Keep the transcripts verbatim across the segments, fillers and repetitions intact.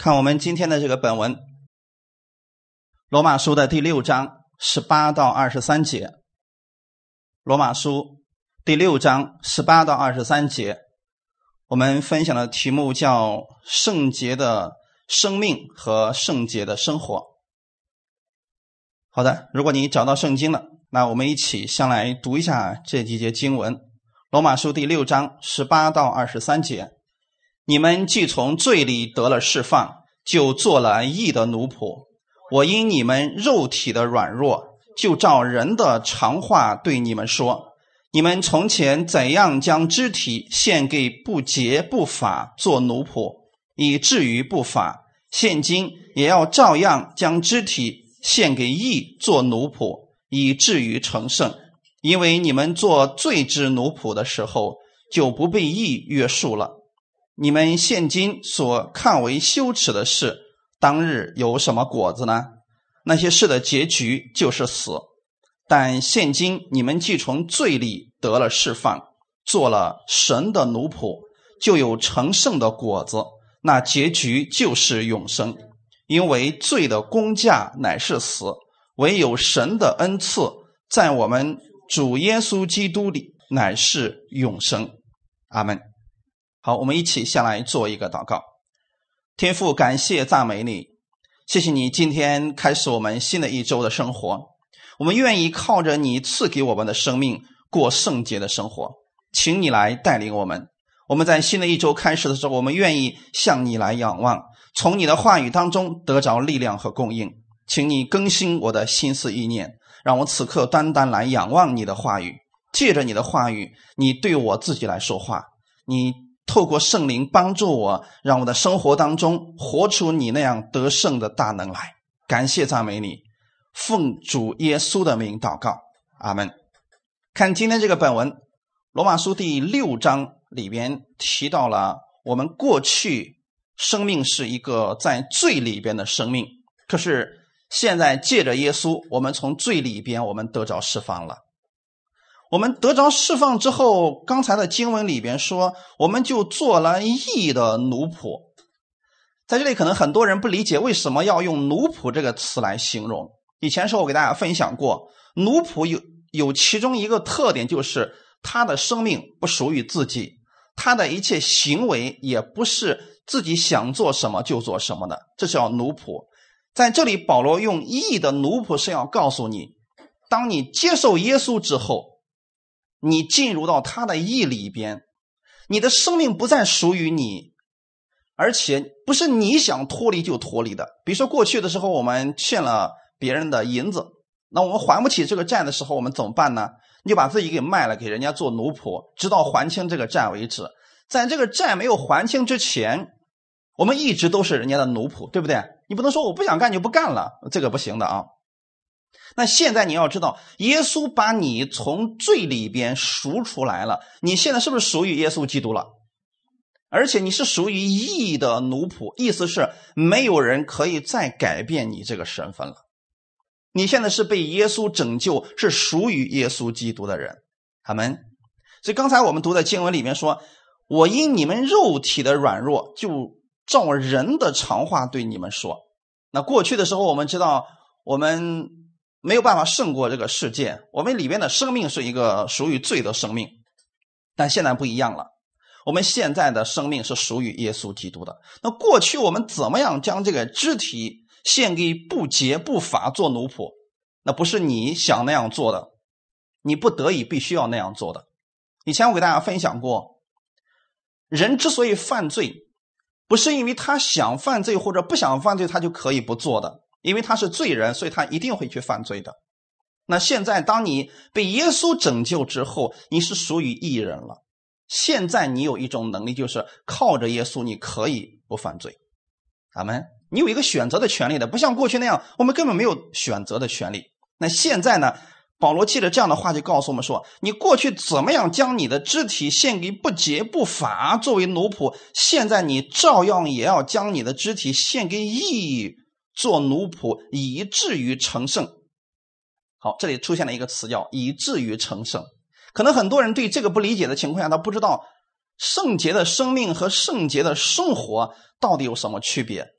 看我们今天的这个本文，罗马书的第六章十八到二十三节。罗马书第六章十八到二十三节，我们分享的题目叫圣洁的生命和圣洁的生活。好的，如果你找到圣经了，那我们一起先来读一下这几节经文。罗马书第六章十八到二十三节，你们既从罪里得了释放，就做了义的奴仆。我因你们肉体的软弱，就照人的常话对你们说，你们从前怎样将肢体献给不洁不法做奴仆，以至于不法，现今也要照样将肢体献给义做奴仆，以至于成圣。因为你们做罪之奴仆的时候，就不被义约束了。你们现今所看为羞耻的事，当日有什么果子呢？那些事的结局就是死。但现今你们既从罪里得了释放，做了神的奴仆，就有成圣的果子，那结局就是永生。因为罪的工价乃是死，唯有神的恩赐在我们主耶稣基督里乃是永生。阿们。好，我们一起下来做一个祷告。天父，感谢赞美你，谢谢你今天开始我们新的一周的生活，我们愿意靠着你赐给我们的生命过圣洁的生活，请你来带领我们。我们在新的一周开始的时候，我们愿意向你来仰望，从你的话语当中得着力量和供应。请你更新我的心思意念，让我此刻单单来仰望你的话语，借着你的话语，你对我自己来说话，你透过圣灵帮助我，让我的生活当中活出你那样得胜的大能来。感谢赞美你，奉主耶稣的名祷告，阿们。看今天这个本文，罗马书第六章里边提到了我们过去生命是一个在罪里边的生命，可是现在借着耶稣，我们从罪里边我们得着释放了。我们得着释放之后，刚才的经文里边说，我们就做了义的奴仆。在这里可能很多人不理解为什么要用奴仆这个词来形容。以前时候我给大家分享过，奴仆有有其中一个特点，就是他的生命不属于自己，他的一切行为也不是自己想做什么就做什么的，这叫奴仆。在这里保罗用义的奴仆是要告诉你，当你接受耶稣之后，你进入到他的义里边，你的生命不再属于你，而且不是你想脱离就脱离的。比如说过去的时候，我们欠了别人的银子，那我们还不起这个债的时候，我们怎么办呢？你就把自己给卖了，给人家做奴仆，直到还清这个债为止。在这个债没有还清之前，我们一直都是人家的奴仆，对不对？你不能说我不想干就不干了，这个不行的啊。那现在你要知道，耶稣把你从罪里边赎出来了，你现在是不是属于耶稣基督了？而且你是属于义的奴仆，意思是没有人可以再改变你这个身份了。你现在是被耶稣拯救，是属于耶稣基督的人。阿们。所以刚才我们读的经文里面说，我因你们肉体的软弱，就照人的常话对你们说。那过去的时候我们知道，我们没有办法胜过这个世界，我们里边的生命是一个属于罪的生命。但现在不一样了，我们现在的生命是属于耶稣基督的。那过去我们怎么样将这个肢体献给不洁不法做奴仆，那不是你想那样做的，你不得已必须要那样做的。以前我给大家分享过，人之所以犯罪，不是因为他想犯罪或者不想犯罪他就可以不做的，因为他是罪人，所以他一定会去犯罪的。那现在当你被耶稣拯救之后，你是属于义人了。现在你有一种能力，就是靠着耶稣你可以不犯罪。阿们。你有一个选择的权利的，不像过去那样我们根本没有选择的权利。那现在呢，保罗借着这样的话就告诉我们说，你过去怎么样将你的肢体献给不洁不法作为奴仆，现在你照样也要将你的肢体献给义做奴仆，以至于成圣。好，这里出现了一个词叫以至于成圣。可能很多人对这个不理解的情况下，他不知道圣洁的生命和圣洁的生活到底有什么区别。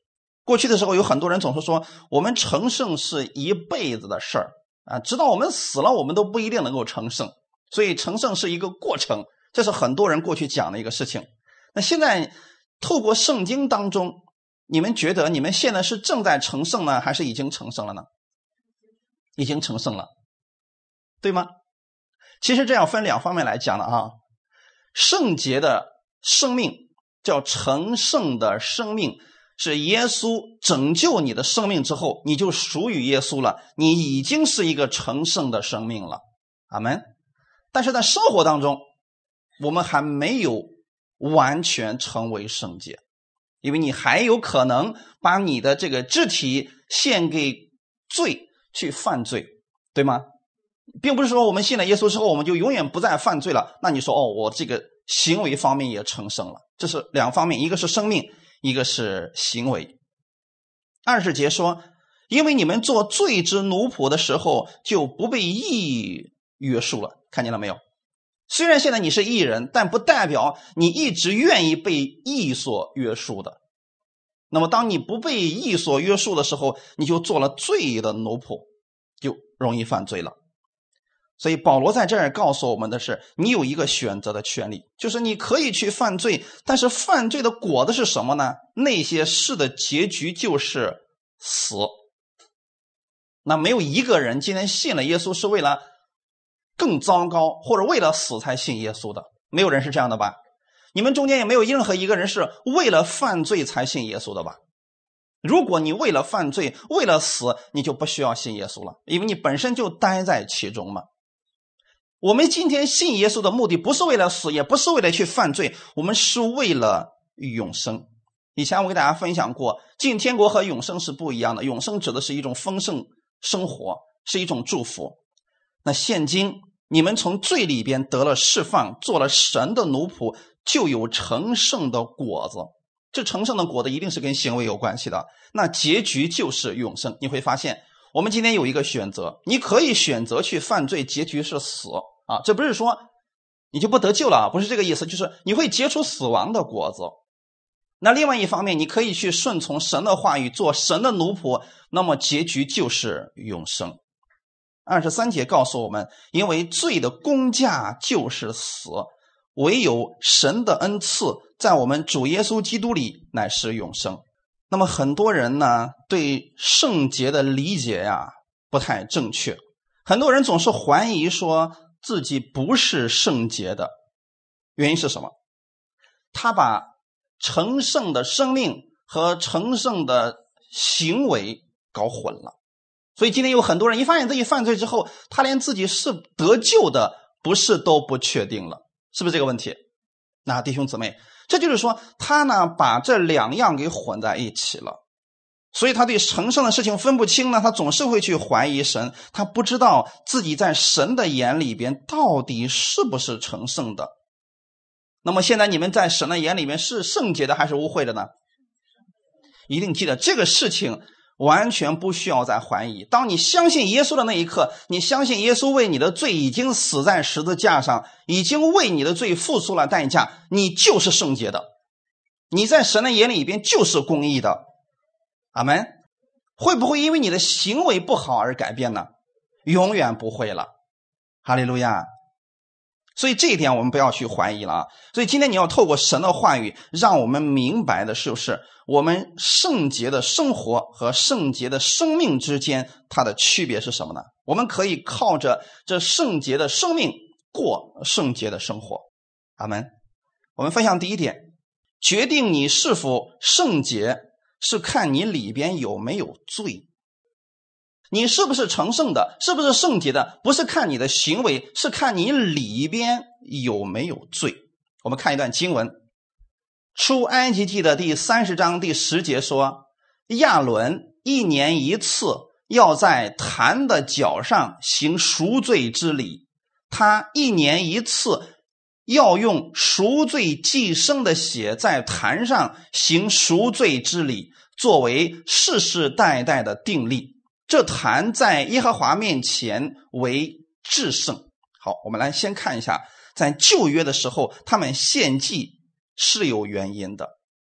过去的时候有很多人总是说我们成圣是一辈子的事儿啊，直到我们死了我们都不一定能够成圣，所以成圣是一个过程，这是很多人过去讲的一个事情。那现在透过圣经当中，你们觉得你们现在是正在成圣呢，还是已经成圣了呢？已经成圣了，对吗？其实这样分两方面来讲的啊。圣洁的生命叫成圣的生命，是耶稣拯救你的生命之后，你就属于耶稣了，你已经是一个成圣的生命了。阿们。但是在生活当中，我们还没有完全成为圣洁，因为你还有可能把你的这个肢体献给罪去犯罪，对吗？并不是说我们信了耶稣之后我们就永远不再犯罪了，那你说哦，我这个行为方面也成圣了，这是两方面，一个是生命，一个是行为。二十节说，因为你们做罪之奴仆的时候就不被义约束了，看见了没有？虽然现在你是义人，但不代表你一直愿意被义所约束的。那么当你不被义所约束的时候，你就做了罪的奴仆，就容易犯罪了。所以保罗在这儿告诉我们的是，你有一个选择的权利，就是你可以去犯罪，但是犯罪的果子是什么呢？那些事的结局就是死。那没有一个人今天信了耶稣是为了更糟糕或者为了死才信耶稣的，没有人是这样的吧？你们中间也没有任何一个人是为了犯罪才信耶稣的吧？如果你为了犯罪为了死，你就不需要信耶稣了，因为你本身就待在其中嘛。我们今天信耶稣的目的不是为了死，也不是为了去犯罪，我们是为了永生。以前我给大家分享过，进天国和永生是不一样的，永生指的是一种丰盛生活，是一种祝福。那现今你们从罪里边得了释放，做了神的奴仆，就有成圣的果子。这成圣的果子一定是跟行为有关系的，那结局就是永生。你会发现我们今天有一个选择，你可以选择去犯罪，结局是死啊！这不是说你就不得救了，不是这个意思，就是你会结出死亡的果子。那另外一方面，你可以去顺从神的话语，做神的奴仆，那么结局就是永生。二十三节告诉我们，因为罪的工价就是死，唯有神的恩赐在我们主耶稣基督里乃是永生。那么很多人呢，对圣洁的理解呀不太正确，很多人总是怀疑说自己不是圣洁的，原因是什么？他把成圣的生命和成圣的行为搞混了。所以今天有很多人一发现自己犯罪之后，他连自己是得救的不是都不确定了，是不是这个问题？那弟兄姊妹，这就是说他呢把这两样给混在一起了，所以他对成圣的事情分不清呢，他总是会去怀疑神，他不知道自己在神的眼里边到底是不是成圣的。那么现在你们在神的眼里面是圣洁的还是污秽的呢？一定记得这个事情完全不需要再怀疑。当你相信耶稣的那一刻，你相信耶稣为你的罪已经死在十字架上，已经为你的罪付出了代价，你就是圣洁的，你在神的眼里边就是公义的。阿们。会不会因为你的行为不好而改变呢？永远不会了。哈利路亚。所以这一点我们不要去怀疑了啊！所以今天你要透过神的话语，让我们明白的就是我们圣洁的生活和圣洁的生命之间它的区别是什么呢？我们可以靠着这圣洁的生命过圣洁的生活。阿们。我们分享第一点，决定你是否圣洁是看你里边有没有罪。你是不是成圣的，是不是圣洁的，不是看你的行为，是看你里边有没有罪。我们看一段经文，出埃及记的第三十章第十节说，亚伦一年一次要在坛的脚上行赎罪之礼，他一年一次要用赎罪祭牲的血在坛上行赎罪之礼，作为世世代代的定例。这坛在耶和华面前为至圣。好，我们来先看一下，在旧约的时候他们献祭是有原因的。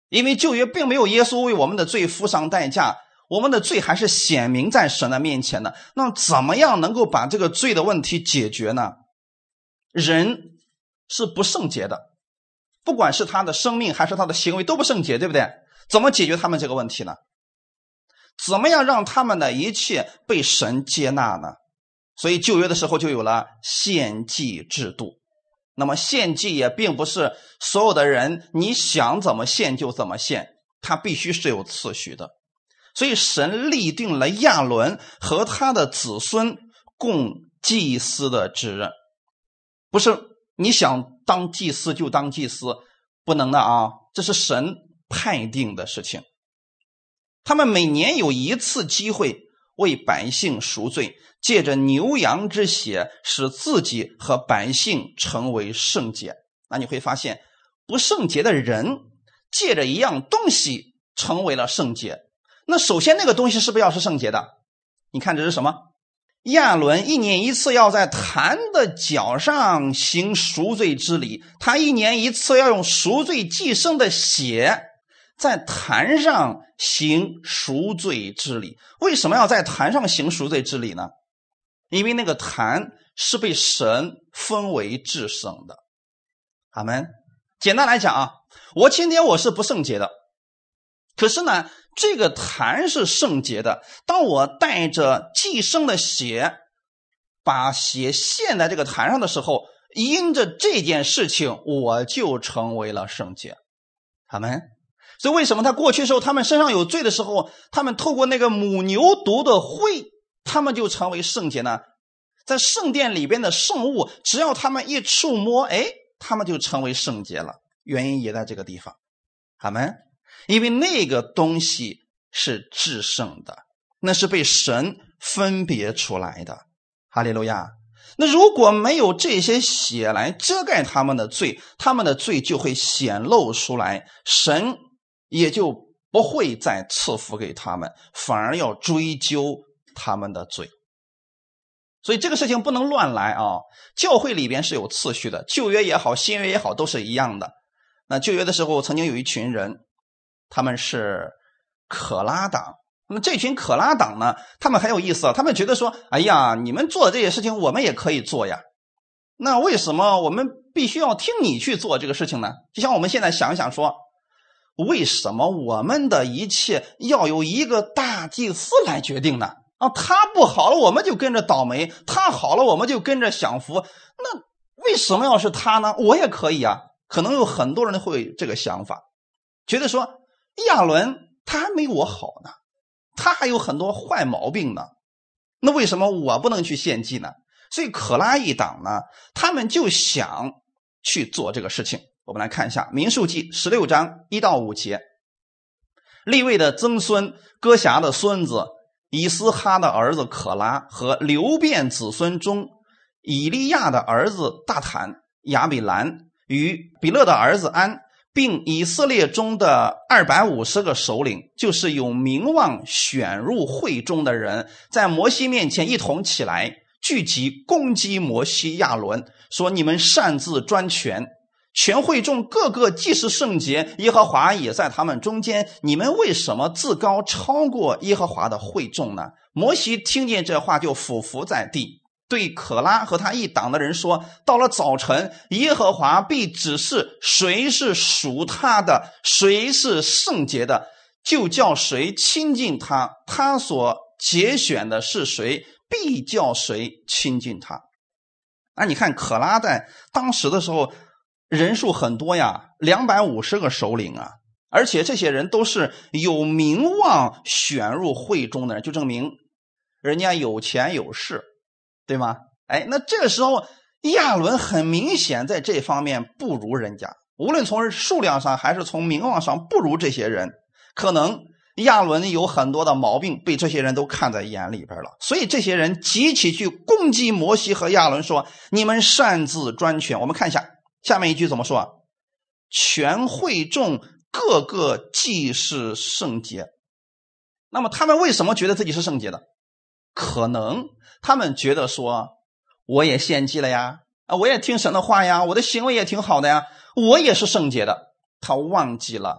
因为旧约并没有耶稣为我们的罪付上代价，我们的罪还是显明在神的面前的。那怎么样能够把这个罪的问题解决呢？人是不圣洁的，不管是他的生命还是他的行为都不圣洁，对不对？怎么解决他们这个问题呢？怎么样让他们的一切被神接纳呢？所以旧约的时候就有了献祭制度。那么献祭也并不是所有的人你想怎么献就怎么献，它必须是有次序的。所以神立定了亚伦和他的子孙供祭司的职任，不是你想当祭司就当祭司，不能的啊，这是神派定的事情。他们每年有一次机会为百姓赎罪，借着牛羊之血使自己和百姓成为圣洁。那你会发现不圣洁的人借着一样东西成为了圣洁，那首先那个东西是不是要是圣洁的？你看这是什么？亚伦一年一次要在坛的脚上行赎罪之礼，他一年一次要用赎罪祭牲的血在坛上行赎罪之礼。为什么要在坛上行赎罪之礼呢？因为那个坛是被神分为至圣的。阿们。简单来讲啊，我今天我是不圣洁的，可是呢这个坛是圣洁的，当我带着祭牲的血把血献在这个坛上的时候，因着这件事情我就成为了圣洁。阿们。所以为什么他过去的时候他们身上有罪的时候，他们透过那个母牛犊的灰他们就成为圣洁呢？在圣殿里边的圣物只要他们一触摸，哎，他们就成为圣洁了。原因也在这个地方。阿们。因为那个东西是至圣的，那是被神分别出来的。哈利路亚。那如果没有这些血来遮盖他们的罪，他们的罪就会显露出来，神也就不会再赐福给他们，反而要追究他们的罪。所以这个事情不能乱来啊！教会里边是有次序的，旧约也好新约也好都是一样的。那旧约的时候曾经有一群人，他们是可拉党。那么这群可拉党呢，他们很有意思啊，他们觉得说，哎呀，你们做的这些事情我们也可以做呀，那为什么我们必须要听你去做这个事情呢？就像我们现在想想说，为什么我们的一切要由一个大祭司来决定呢？啊，他不好了我们就跟着倒霉，他好了我们就跟着享福，那为什么要是他呢？我也可以啊。可能有很多人会有这个想法，觉得说亚伦他还没我好呢，他还有很多坏毛病呢，那为什么我不能去献祭呢？所以可拉一党呢，他们就想去做这个事情。我们来看一下民数记十六章一到五节。利未的曾孙哥辖的孙子以斯哈的儿子可拉和流便子孙中以利亚的儿子大坦、亚比兰与比勒的儿子安，并以色列中的二百五十个首领，就是有名望选入会中的人，在摩西面前一同起来，聚集攻击摩西亚伦，说你们擅自专权，全会众各个既是圣洁，耶和华也在他们中间，你们为什么自高超过耶和华的会众呢？摩西听见这话就俯伏在地，对可拉和他一党的人说，到了早晨，耶和华必指示谁是属他的，谁是圣洁的，就叫谁亲近他，他所节选的是谁，必叫谁亲近他。啊，你看可拉在当时的时候人数很多呀，两百五十个首领啊，而且这些人都是有名望选入会中的人，就证明人家有钱有势，对吗？哎，那这个时候亚伦很明显在这方面不如人家，无论从数量上还是从名望上不如这些人，可能亚伦有很多的毛病被这些人都看在眼里边了，所以这些人集起去攻击摩西和亚伦，说你们擅自专权。我们看一下下面一句怎么说啊？全会众各个既是圣洁。那么他们为什么觉得自己是圣洁的？可能他们觉得说，我也献祭了呀，啊，我也听神的话呀，我的行为也挺好的呀，我也是圣洁的。他忘记了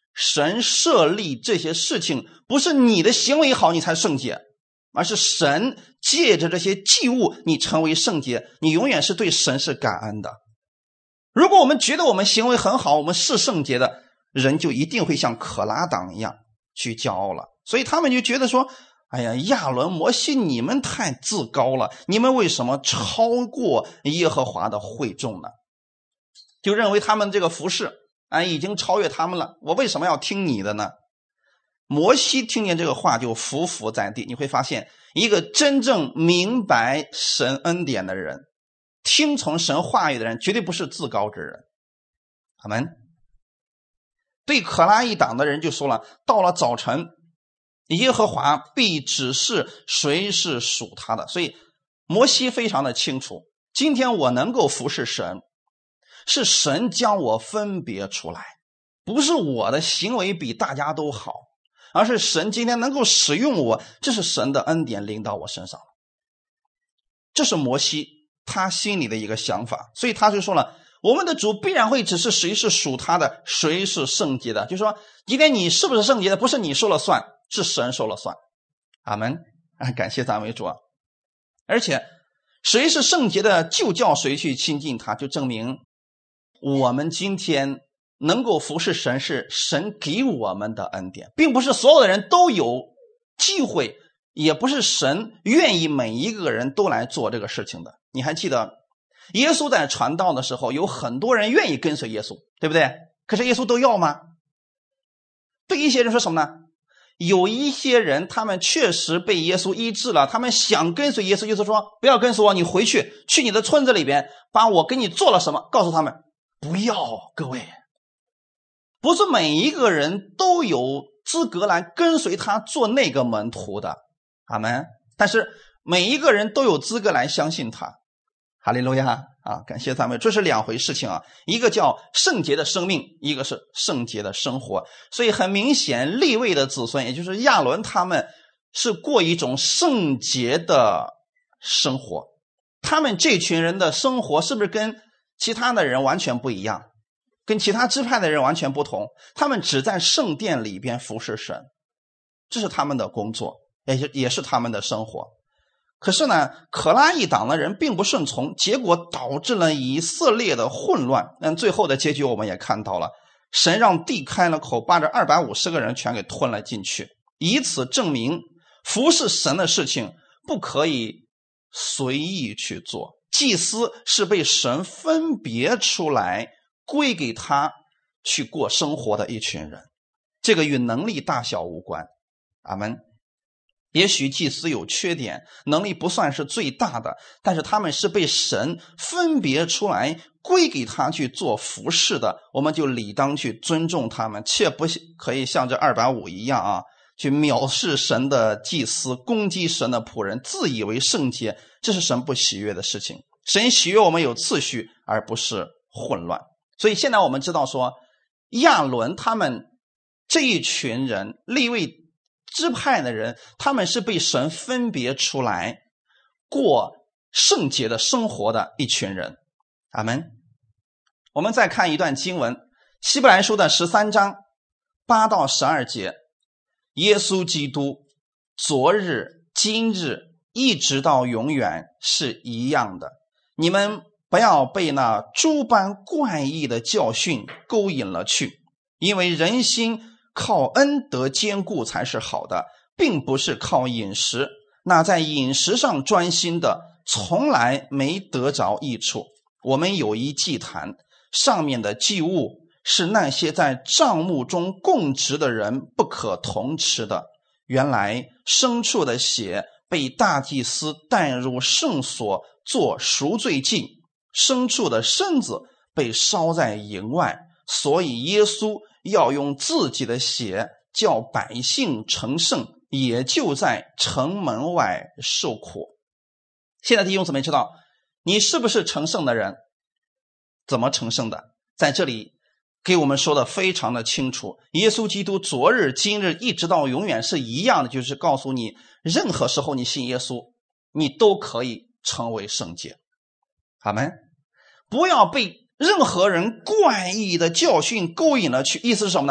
神设立这些事情，不是你的行为好你才圣洁，而是神借着这些祭物你成为圣洁，你永远是对神是感恩的。如果我们觉得我们行为很好，我们是圣洁的，人就一定会像可拉党一样去骄傲了。所以他们就觉得说，哎呀，亚伦摩西你们太自高了，你们为什么超过耶和华的会众呢？就认为他们这个服事啊已经超越他们了，我为什么要听你的呢？摩西听见这个话就伏伏在地。你会发现，一个真正明白神恩典的人，听从神话语的人，绝对不是自高之人。阿们。对可拉一党的人就说了，到了早晨，耶和华必指示谁是属他的。所以摩西非常的清楚，今天我能够服侍神，是神将我分别出来，不是我的行为比大家都好，而是神今天能够使用我，这是神的恩典临到我身上。这是摩西他心里的一个想法，所以他就说了，我们的主必然会指示谁是属他的，谁是圣洁的。就是说今天你是不是圣洁的，不是你说了算，是神说了算。阿们。感谢赞美主啊！而且谁是圣洁的，就叫谁去亲近他，就证明我们今天能够服侍神是神给我们的恩典，并不是所有的人都有机会，也不是神愿意每一个人都来做这个事情的。你还记得耶稣在传道的时候，有很多人愿意跟随耶稣，对不对？可是耶稣都要吗？对一些人说什么呢？有一些人他们确实被耶稣医治了，他们想跟随耶稣，耶稣说不要跟随我，你回去去你的村子里边，把我给你做了什么告诉他们。不要，各位，不是每一个人都有资格来跟随他做那个门徒的。阿们。但是每一个人都有资格来相信他。哈利路亚啊！感谢赞美，这是两回事情啊，一个叫圣洁的生命，一个是圣洁的生活。所以很明显，利未的子孙，也就是亚伦，他们是过一种圣洁的生活。他们这群人的生活是不是跟其他的人完全不一样，跟其他支派的人完全不同？他们只在圣殿里边服侍神，这是他们的工作，也是也是他们的生活。可是呢，可拉一党的人并不顺从，结果导致了以色列的混乱。但最后的结局我们也看到了，神让地开了口，把这二百五十个人全给吞了进去，以此证明服侍神的事情不可以随意去做。祭司是被神分别出来归给他去过生活的一群人，这个与能力大小无关。阿们。也许祭司有缺点，能力不算是最大的，但是他们是被神分别出来归给他去做服事的，我们就理当去尊重他们，切不可以像这二百五一样啊，去藐视神的祭司，攻击神的仆人，自以为圣洁，这是神不喜悦的事情。神喜悦我们有次序，而不是混乱。所以现在我们知道说，亚伦他们这一群人，利未支派的人，他们是被神分别出来过圣洁的生活的一群人。阿们。我们再看一段经文，希伯来书的十三章八到十二节，耶稣基督昨日今日一直到永远是一样的，你们不要被那诸般怪异的教训勾引了去，因为人心靠恩德坚固才是好的，并不是靠饮食，那在饮食上专心的从来没得着益处。我们有一祭坛，上面的祭物是那些在帐幕中供职的人不可同吃的。原来牲畜的血被大祭司带入圣所做赎罪祭，牲畜的身子被烧在营外，所以耶稣要用自己的血叫百姓成圣，也就在城门外受苦。现在弟兄姊妹知道你是不是成圣的人，怎么成圣的？在这里给我们说的非常的清楚，耶稣基督昨日今日一直到永远是一样的，就是告诉你任何时候你信耶稣，你都可以成为圣洁。阿们。不要被任何人怪异的教训勾引了去，意思是什么呢？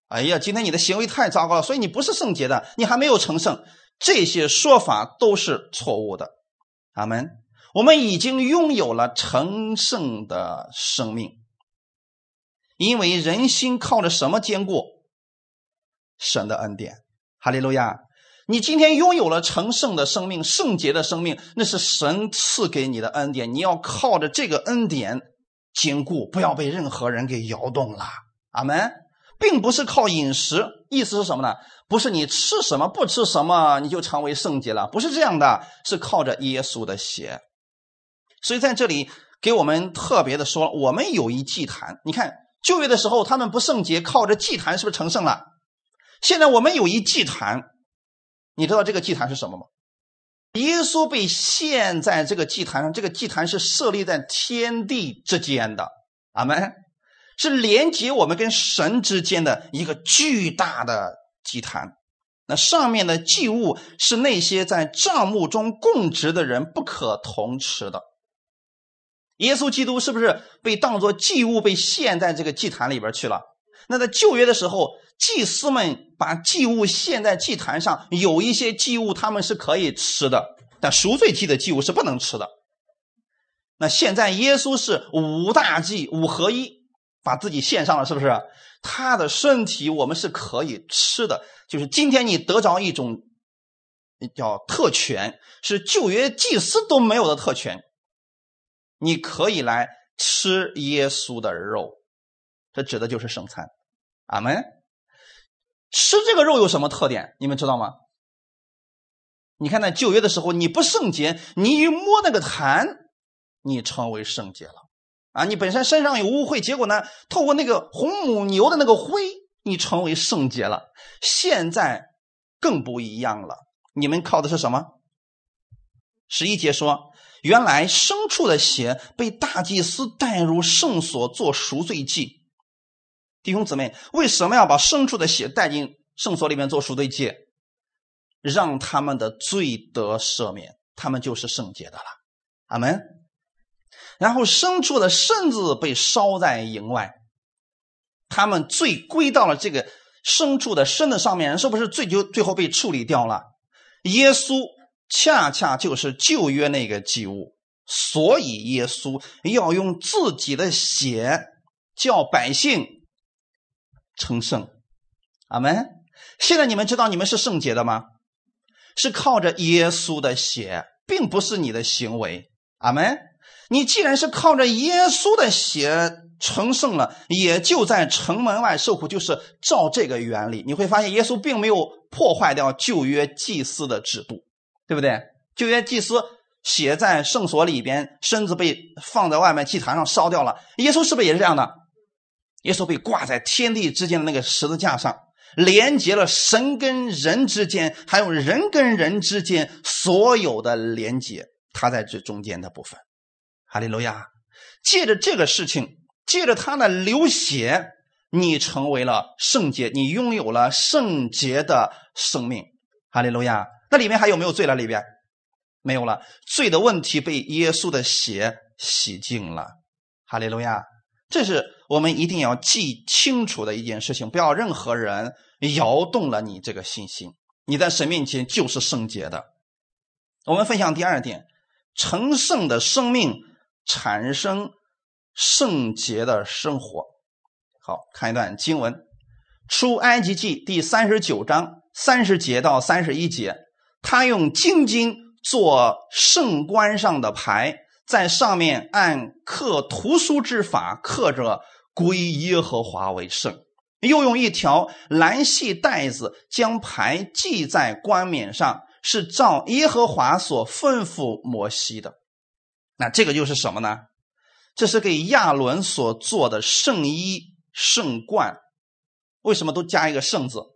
哎呀，今天你的行为太糟糕了，所以你不是圣洁的，你还没有成圣。这些说法都是错误的。阿们。我们已经拥有了成圣的生命，因为人心靠着什么坚固？神的恩典。哈利路亚。你今天拥有了成圣的生命，圣洁的生命，那是神赐给你的恩典，你要靠着这个恩典坚固，不要被任何人给摇动了。阿们。并不是靠饮食，意思是什么呢？不是你吃什么不吃什么你就成为圣洁了，不是这样的，是靠着耶稣的血。所以在这里给我们特别的说，我们有一祭坛。你看旧约的时候他们不圣洁，靠着祭坛是不是成圣了？现在我们有一祭坛，你知道这个祭坛是什么吗？耶稣被献在这个祭坛上，这个祭坛是设立在天地之间的。阿们。是连接我们跟神之间的一个巨大的祭坛。那上面的祭物是那些在帐幕中供职的人不可同吃的。耶稣基督是不是被当作祭物被献在这个祭坛里边去了？那在旧约的时候，祭司们把祭物献在祭坛上，有一些祭物他们是可以吃的，但赎罪祭的祭物是不能吃的。那现在耶稣是五大祭五合一，把自己献上了，是不是？他的身体我们是可以吃的，就是今天你得着一种叫特权，是旧约祭司都没有的特权，你可以来吃耶稣的肉，这指的就是圣餐。阿们。吃这个肉有什么特点你们知道吗？你看在旧约的时候，你不圣洁，你一摸那个坛你成为圣洁了啊！你本身身上有污秽，结果呢，透过那个红母牛的那个灰，你成为圣洁了。现在更不一样了，你们靠的是什么？十一节说，原来牲畜的血被大祭司带入圣所做赎罪祭。弟兄姊妹，为什么要把牲畜的血带进圣所里面做赎罪祭？让他们的罪得赦免，他们就是圣洁的了。阿们。然后牲畜的身子被烧在营外，他们罪归到了这个牲畜的身子上面，是不是罪就最后被处理掉了？耶稣恰恰就是旧约那个祭物，所以耶稣要用自己的血叫百姓成圣。阿们。现在你们知道你们是圣洁的吗？是靠着耶稣的血，并不是你的行为。阿们。你既然是靠着耶稣的血成圣了，也就在城门外受苦，就是照这个原理。你会发现耶稣并没有破坏掉旧约祭司的制度，对不对？旧约祭司血在圣所里边，身子被放在外面祭坛上烧掉了，耶稣是不是也是这样的？耶稣被挂在天地之间的那个十字架上，连接了神跟人之间，还有人跟人之间所有的连接，他在这中间的部分。哈利路亚。借着这个事情，借着他的流血，你成为了圣洁，你拥有了圣洁的生命。哈利路亚。那里面还有没有罪了？里边没有了，罪的问题被耶稣的血洗净了。哈利路亚。这是我们一定要记清楚的一件事情，不要任何人摇动了你这个信心，你在神面前就是圣洁的。我们分享第二点，成圣的生命产生圣洁的生活。好，看一段经文，出埃及记第三十九章三十节到三十一节，他用金金做圣冠上的牌，在上面按刻图书之法刻着归耶和华为圣，又用一条蓝细带子将牌系在冠冕上，是照耶和华所吩咐摩西的。那这个就是什么呢？这是给亚伦所做的圣衣圣冠。为什么都加一个圣字？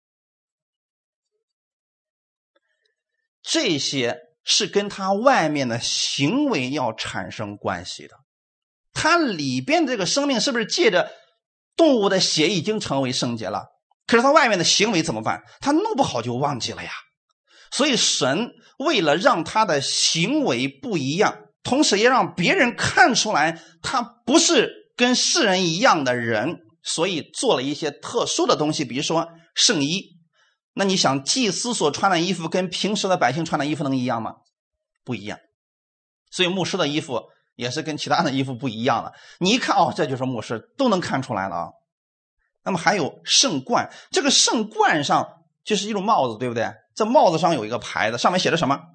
这些是跟他外面的行为要产生关系的。他里边这个生命是不是借着动物的血已经成为圣洁了？可是他外面的行为怎么办？他弄不好就忘记了呀。所以神为了让他的行为不一样，同时也让别人看出来他不是跟世人一样的人， 所以做了一些特殊的东西，比如说圣衣。那你想祭司所穿的衣服跟平时的百姓穿的衣服能一样吗？不一样。所以牧师的衣服也是跟其他的衣服不一样的，你一看哦，这就是牧师，都能看出来了啊。那么还有圣冠，这个圣冠上就是一种帽子，对不对？这帽子上有一个牌子，上面写着什么？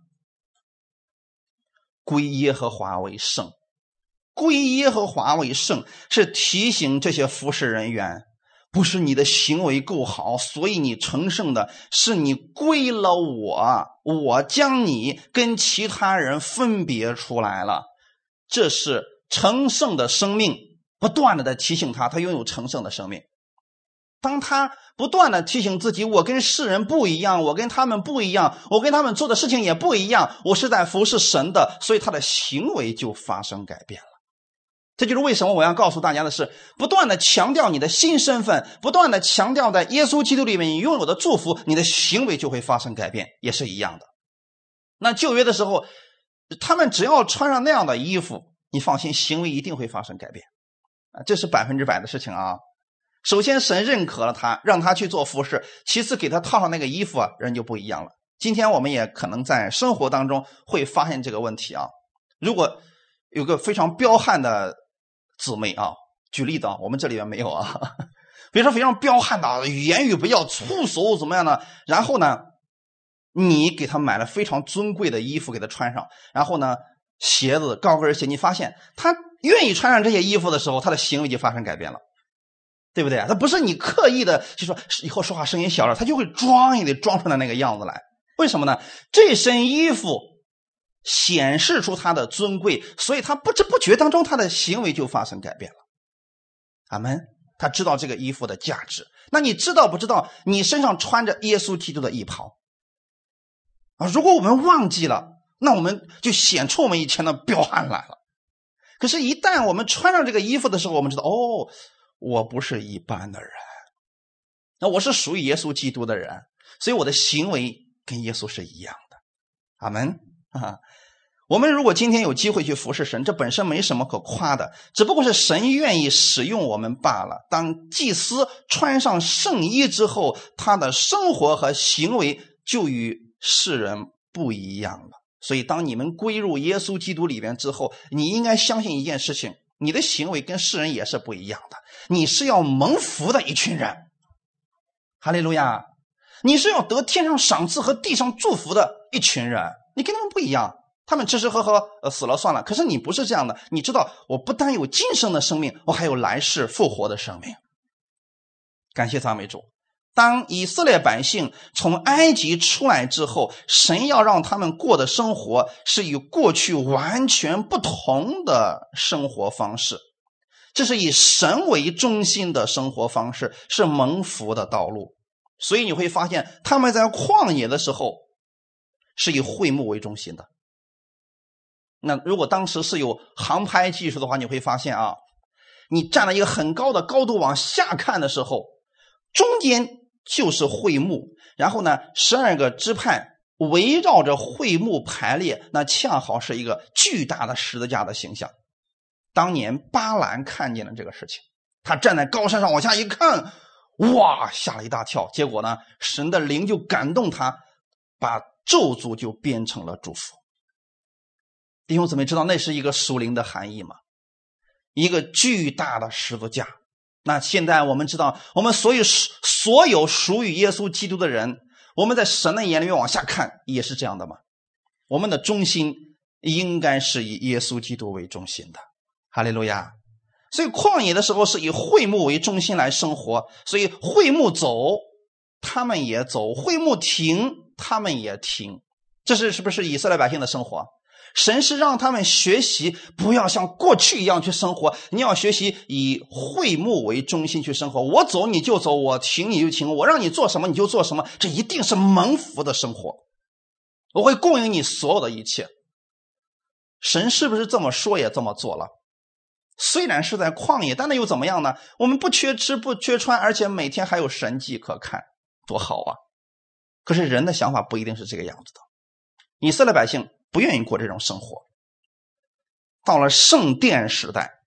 归耶和华为圣。归耶和华为圣是提醒这些服侍人员，不是你的行为够好，所以你成圣的，是你归了我，我将你跟其他人分别出来了。这是成圣的生命，不断的在提醒他，他拥有成圣的生命。当他不断的提醒自己，我跟世人不一样，我跟他们不一样，我跟他们做的事情也不一样，我是在服侍神的，所以他的行为就发生改变了。这就是为什么我要告诉大家的是，不断的强调你的新身份，不断的强调在耶稣基督里面你拥有的祝福，你的行为就会发生改变，也是一样的。那旧约的时候，他们只要穿上那样的衣服，你放心，行为一定会发生改变，这是百分之百的事情啊。首先神认可了他，让他去做服侍，其次给他套上那个衣服啊，人就不一样了。今天我们也可能在生活当中会发现这个问题啊。如果有个非常彪悍的姊妹啊，举例子啊，我们这里边没有啊，比如说非常彪悍的，言语比较粗俗怎么样呢？然后呢，你给他买了非常尊贵的衣服给他穿上，然后呢，鞋子、高跟鞋，你发现他愿意穿上这些衣服的时候，他的行为就发生改变了，对不对？他不是你刻意的就说以后说话声音小了，他就会装也得装出来那个样子来。为什么呢？这身衣服显示出他的尊贵，所以他不知不觉当中他的行为就发生改变了。阿们。他知道这个衣服的价值。那你知道不知道你身上穿着耶稣基督的衣袍啊？如果我们忘记了，那我们就显出我们以前的彪悍来了。可是一旦我们穿上这个衣服的时候，我们知道哦，我不是一般的人，那我是属于耶稣基督的人，所以我的行为跟耶稣是一样的。阿们啊！我们如果今天有机会去服侍神，这本身没什么可夸的，只不过是神愿意使用我们罢了。当祭司穿上圣衣之后，他的生活和行为就与世人不一样了。所以当你们归入耶稣基督里面之后，你应该相信一件事情，你的行为跟世人也是不一样的，你是要蒙福的一群人。哈利路亚！你是要得天上赏赐和地上祝福的一群人，你跟他们不一样，他们吃吃喝喝、呃、死了算了，可是你不是这样的。你知道我不但有今生的生命，我还有来世复活的生命。感谢赞美主。当以色列百姓从埃及出来之后，神要让他们过的生活是与过去完全不同的生活方式，这是以神为中心的生活方式，是蒙福的道路。所以你会发现他们在旷野的时候是以会幕为中心的。那如果当时是有航拍技术的话，你会发现啊，你站在一个很高的高度往下看的时候，中间就是会幕，然后呢十二个支派围绕着会幕排列，那恰好是一个巨大的十字架的形象。当年巴兰看见了这个事情，他站在高山上往下一看，哇，吓了一大跳。结果呢，神的灵就感动他，把咒诅就变成了祝福。弟兄姊妹知道那是一个属灵的含义吗？一个巨大的十字架。那现在我们知道，我们所有所有属于耶稣基督的人，我们在神的眼里面往下看也是这样的吗？我们的中心应该是以耶稣基督为中心的。哈利路亚。所以旷野的时候是以会幕为中心来生活，所以会幕走他们也走，会幕停他们也停。这是是不是以色列百姓的生活？神是让他们学习不要像过去一样去生活，你要学习以会幕为中心去生活。我走你就走，我停你就停，我让你做什么你就做什么，这一定是蒙福的生活。我会供应你所有的一切。神是不是这么说也这么做了？虽然是在旷野，但那又怎么样呢？我们不缺吃不缺穿，而且每天还有神迹可看，多好啊！可是人的想法不一定是这个样子的。以色列百姓不愿意过这种生活。到了圣殿时代，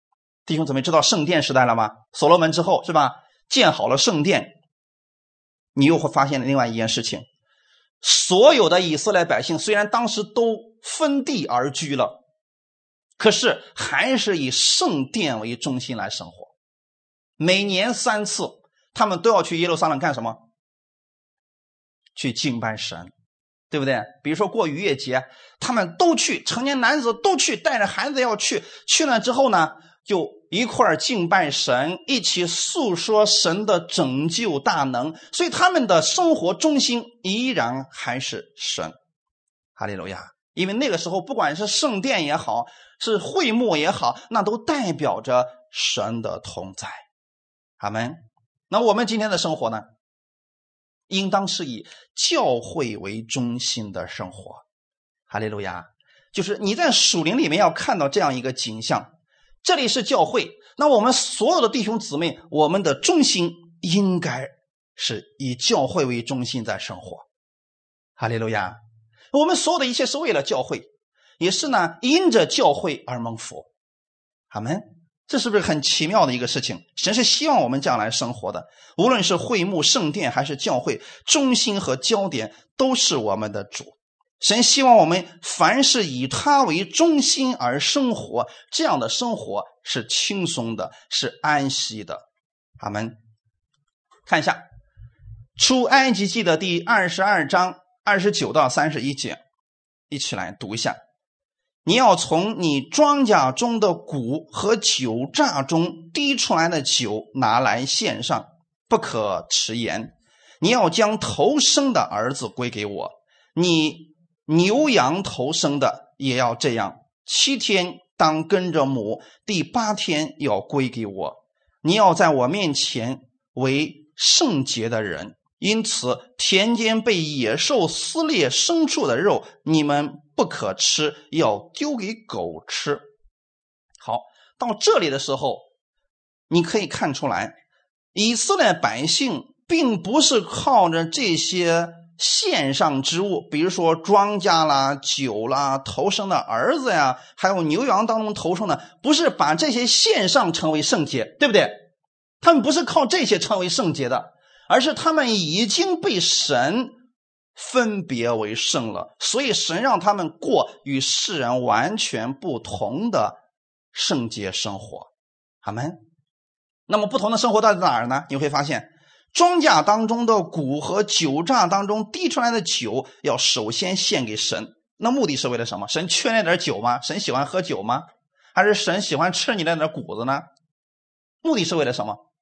弟兄姊妹知道圣殿时代了吗？所罗门之后是吧，建好了圣殿，你又会发现另外一件事情，所有的以色列百姓虽然当时都分地而居了，可是还是以圣殿为中心来生活。每年三次他们都要去耶路撒冷干什么？去敬拜神，对不对？比如说过逾越节，他们都去，成年男子都去，带着孩子要去，去了之后呢，就一块儿敬拜神，一起诉说神的拯救大能，所以他们的生活中心依然还是神。哈利路亚！因为那个时候不管是圣殿也好，是会幕也好，那都代表着神的同在。阿们。那我们今天的生活呢，应当是以教会为中心的生活。哈利路亚！就是你在属灵里面要看到这样一个景象，这里是教会，那我们所有的弟兄姊妹，我们的中心应该是以教会为中心在生活。哈利路亚！我们所有的一切是为了教会，也是呢因着教会而蒙福。阿们。这是不是很奇妙的一个事情？神是希望我们这样来生活的，无论是会幕、圣殿还是教会，中心和焦点都是我们的主。神希望我们凡是以他为中心而生活，这样的生活是轻松的，是安息的。阿们。看一下出埃及记的第二十二章二十九到三十一节，一起来读一下。你要从你庄稼中的谷和酒榨中滴出来的酒拿来献上，不可迟延。你要将头生的儿子归给我，你牛羊头生的也要这样，七天当跟着母，第八天要归给我。你要在我面前为圣洁的人，因此田间被野兽撕裂牲畜的肉你们不可吃，要丢给狗吃。好，到这里的时候，你可以看出来，以色列百姓并不是靠着这些献上之物，比如说庄稼啦、酒啦、头生的儿子呀，还有牛羊当中头生的，不是把这些献上成为圣洁，对不对？他们不是靠这些成为圣洁的，而是他们已经被神分别为圣了，所以神让他们过与世人完全不同的圣洁生活。阿们。那么不同的生活到底在哪儿呢？你会发现庄稼当中的谷和酒榨当中滴出来的酒要首先献给神，那目的是为了什么？神缺那点酒吗？神喜欢喝酒吗？还是神喜欢吃你那点谷子呢？目的是为了什么？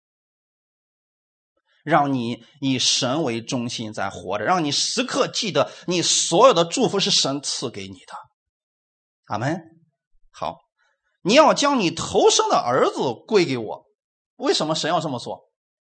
让你以神为中心在活着，让你时刻记得你所有的祝福是神赐给你的。阿们。好，你要将你头生的儿子归给我。为什么神要这么做？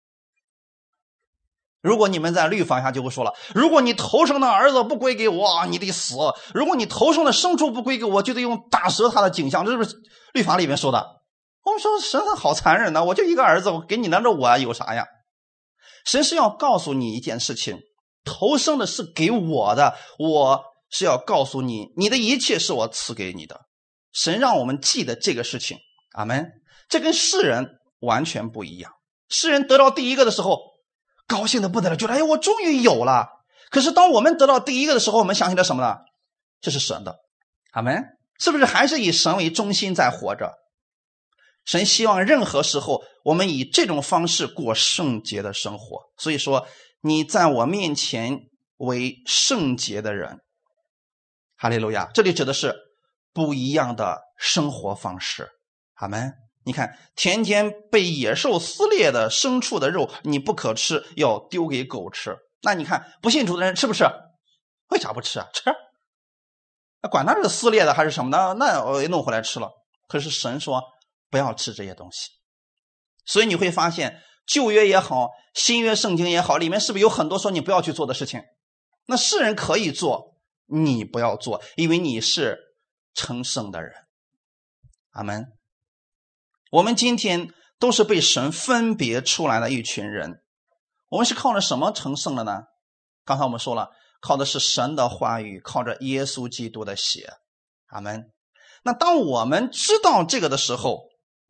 如果你们在律法下就会说了，如果你头生的儿子不归给我，你得死；如果你头生的牲畜不归给我，就得用打折他的景象，这是不是律法里面说的？我们说神好残忍呢，我就一个儿子，我给你拿着我有啥呀？神是要告诉你一件事情，头生的是给我的，我是要告诉你，你的一切是我赐给你的。神让我们记得这个事情。阿们。这跟世人完全不一样。世人得到第一个的时候高兴的不得了，觉得哎，我终于有了。可是当我们得到第一个的时候，我们想起了什么呢？这是神的。阿们。是不是还是以神为中心在活着？神希望任何时候我们以这种方式过圣洁的生活。所以说你在我面前为圣洁的人。哈利路亚。这里指的是不一样的生活方式。阿们。你看，田间被野兽撕裂的牲畜的肉你不可吃，要丢给狗吃。那你看不信主的人吃不吃？为啥不吃啊？吃。管他是撕裂的还是什么的，那我弄回来吃了。可是神说不要吃这些东西。所以你会发现旧约也好，新约圣经也好，里面是不是有很多说你不要去做的事情？那世人可以做，你不要做，因为你是成圣的人。阿们。我们今天都是被神分别出来的一群人，我们是靠着什么成圣的呢？刚才我们说了，靠的是神的话语，靠着耶稣基督的血。阿们。那当我们知道这个的时候，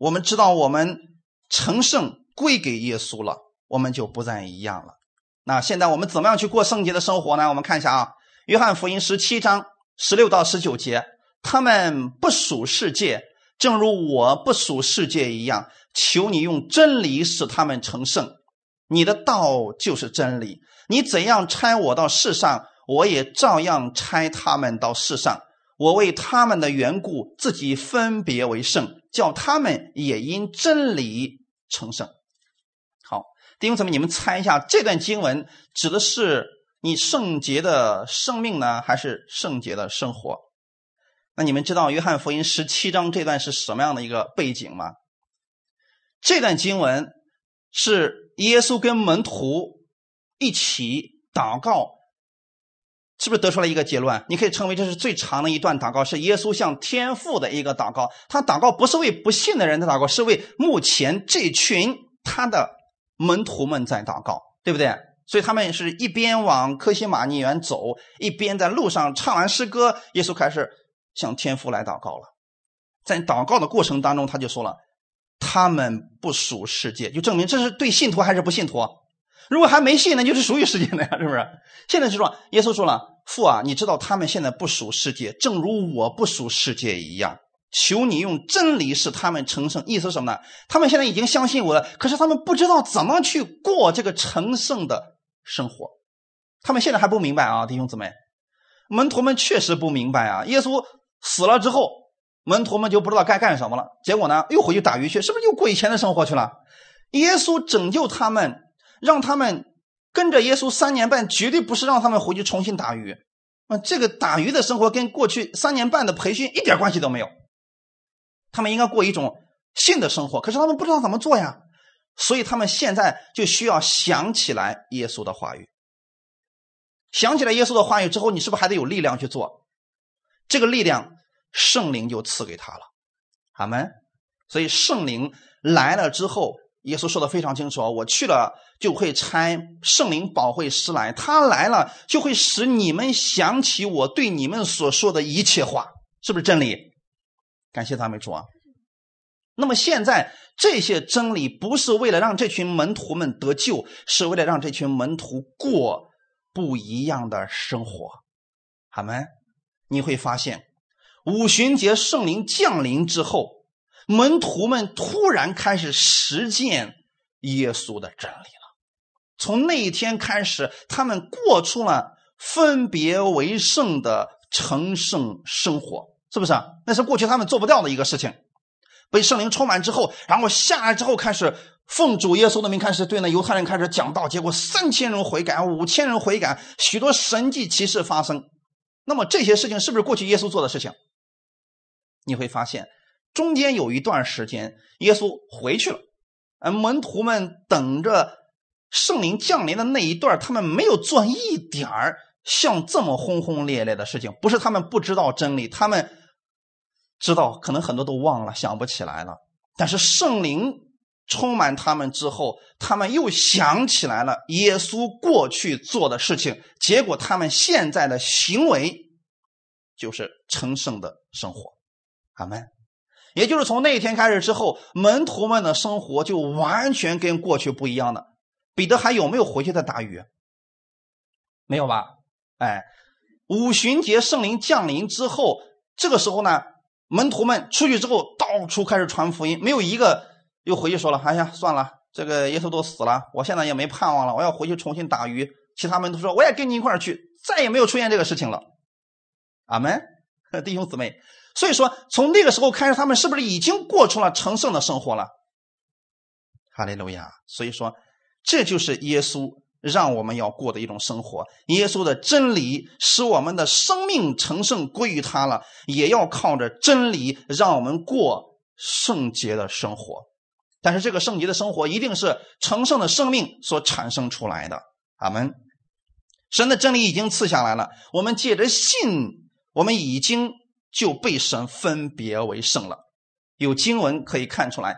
我们知道我们成圣归给耶稣了，我们就不再一样了。那现在我们怎么样去过圣洁的生活呢？我们看一下啊，约翰福音十七章十六到十九节，他们不属世界，正如我不属世界一样，求你用真理使他们成圣。你的道就是真理，你怎样差我到世上，我也照样差他们到世上。我为他们的缘故，自己分别为圣，叫他们也因真理成圣。好，弟兄姊妹，你们猜一下，这段经文指的是你圣洁的生命呢，还是圣洁的生活？那你们知道约翰福音十七章这段是什么样的一个背景吗？这段经文是耶稣跟门徒一起祷告，是不是得出来一个结论？你可以称为这是最长的一段祷告，是耶稣向天父的一个祷告。他祷告不是为不信的人的祷告，是为目前这群他的门徒们在祷告，对不对？所以他们是一边往客西马尼园走，一边在路上唱完诗歌，耶稣开始向天父来祷告了。在祷告的过程当中，他就说了，他们不属世界，就证明这是对信徒还是不信徒？如果还没信，那就是属于世界的呀，是不是？现在就说耶稣说了，父啊，你知道他们现在不属世界，正如我不属世界一样，求你用真理使他们成圣。意思是什么呢？他们现在已经相信我了，可是他们不知道怎么去过这个成圣的生活。他们现在还不明白啊，弟兄姊妹，门徒们确实不明白啊。耶稣死了之后，门徒们就不知道该干什么了，结果呢又回去打鱼去，是不是又过以前的生活去了？耶稣拯救他们，让他们跟着耶稣三年半，绝对不是让他们回去重新打鱼。这个打鱼的生活跟过去三年半的培训一点关系都没有，他们应该过一种新的生活，可是他们不知道怎么做呀，所以他们现在就需要想起来耶稣的话语。想起来耶稣的话语之后，你是不是还得有力量去做？这个力量圣灵就赐给他了，阿们。所以圣灵来了之后，耶稣说的非常清楚，我去了就会差圣灵保惠师来，他来了就会使你们想起我对你们所说的一切话，是不是真理？感谢赞美主啊！那么现在这些真理不是为了让这群门徒们得救，是为了让这群门徒过不一样的生活，阿们。你会发现五旬节圣灵降临之后，门徒们突然开始实践耶稣的真理了。从那一天开始，他们过出了分别为圣的成圣生活，是不是？那是过去他们做不到的一个事情。被圣灵充满之后，然后下来之后开始奉主耶稣的名开始对那犹太人开始讲道，结果三千人悔改，五千人悔改，许多神迹奇事发生。那么这些事情是不是过去耶稣做的事情？你会发现中间有一段时间耶稣回去了，而门徒们等着圣灵降临的那一段，他们没有做一点儿像这么轰轰烈烈的事情。不是他们不知道真理，他们知道，可能很多都忘了，想不起来了。但是圣灵充满他们之后，他们又想起来了耶稣过去做的事情，结果他们现在的行为就是成圣的生活，阿们。也就是从那一天开始之后，门徒们的生活就完全跟过去不一样了。彼得还有没有回去再打鱼？没有吧？哎，五旬节圣灵降临之后，这个时候呢，门徒们出去之后到处开始传福音，没有一个又回去说了，哎呀算了，这个耶稣都死了，我现在也没盼望了，我要回去重新打鱼。其他门徒说我也跟你一块儿去，再也没有出现这个事情了，阿们。弟兄姊妹，所以说从那个时候开始，他们是不是已经过出了成圣的生活了？哈利路亚。所以说这就是耶稣让我们要过的一种生活，耶稣的真理使我们的生命成圣归于他了，也要靠着真理让我们过圣洁的生活。但是这个圣洁的生活一定是成圣的生命所产生出来的，阿们。神的真理已经赐下来了，我们借着信，我们已经就被神分别为圣了。有经文可以看出来，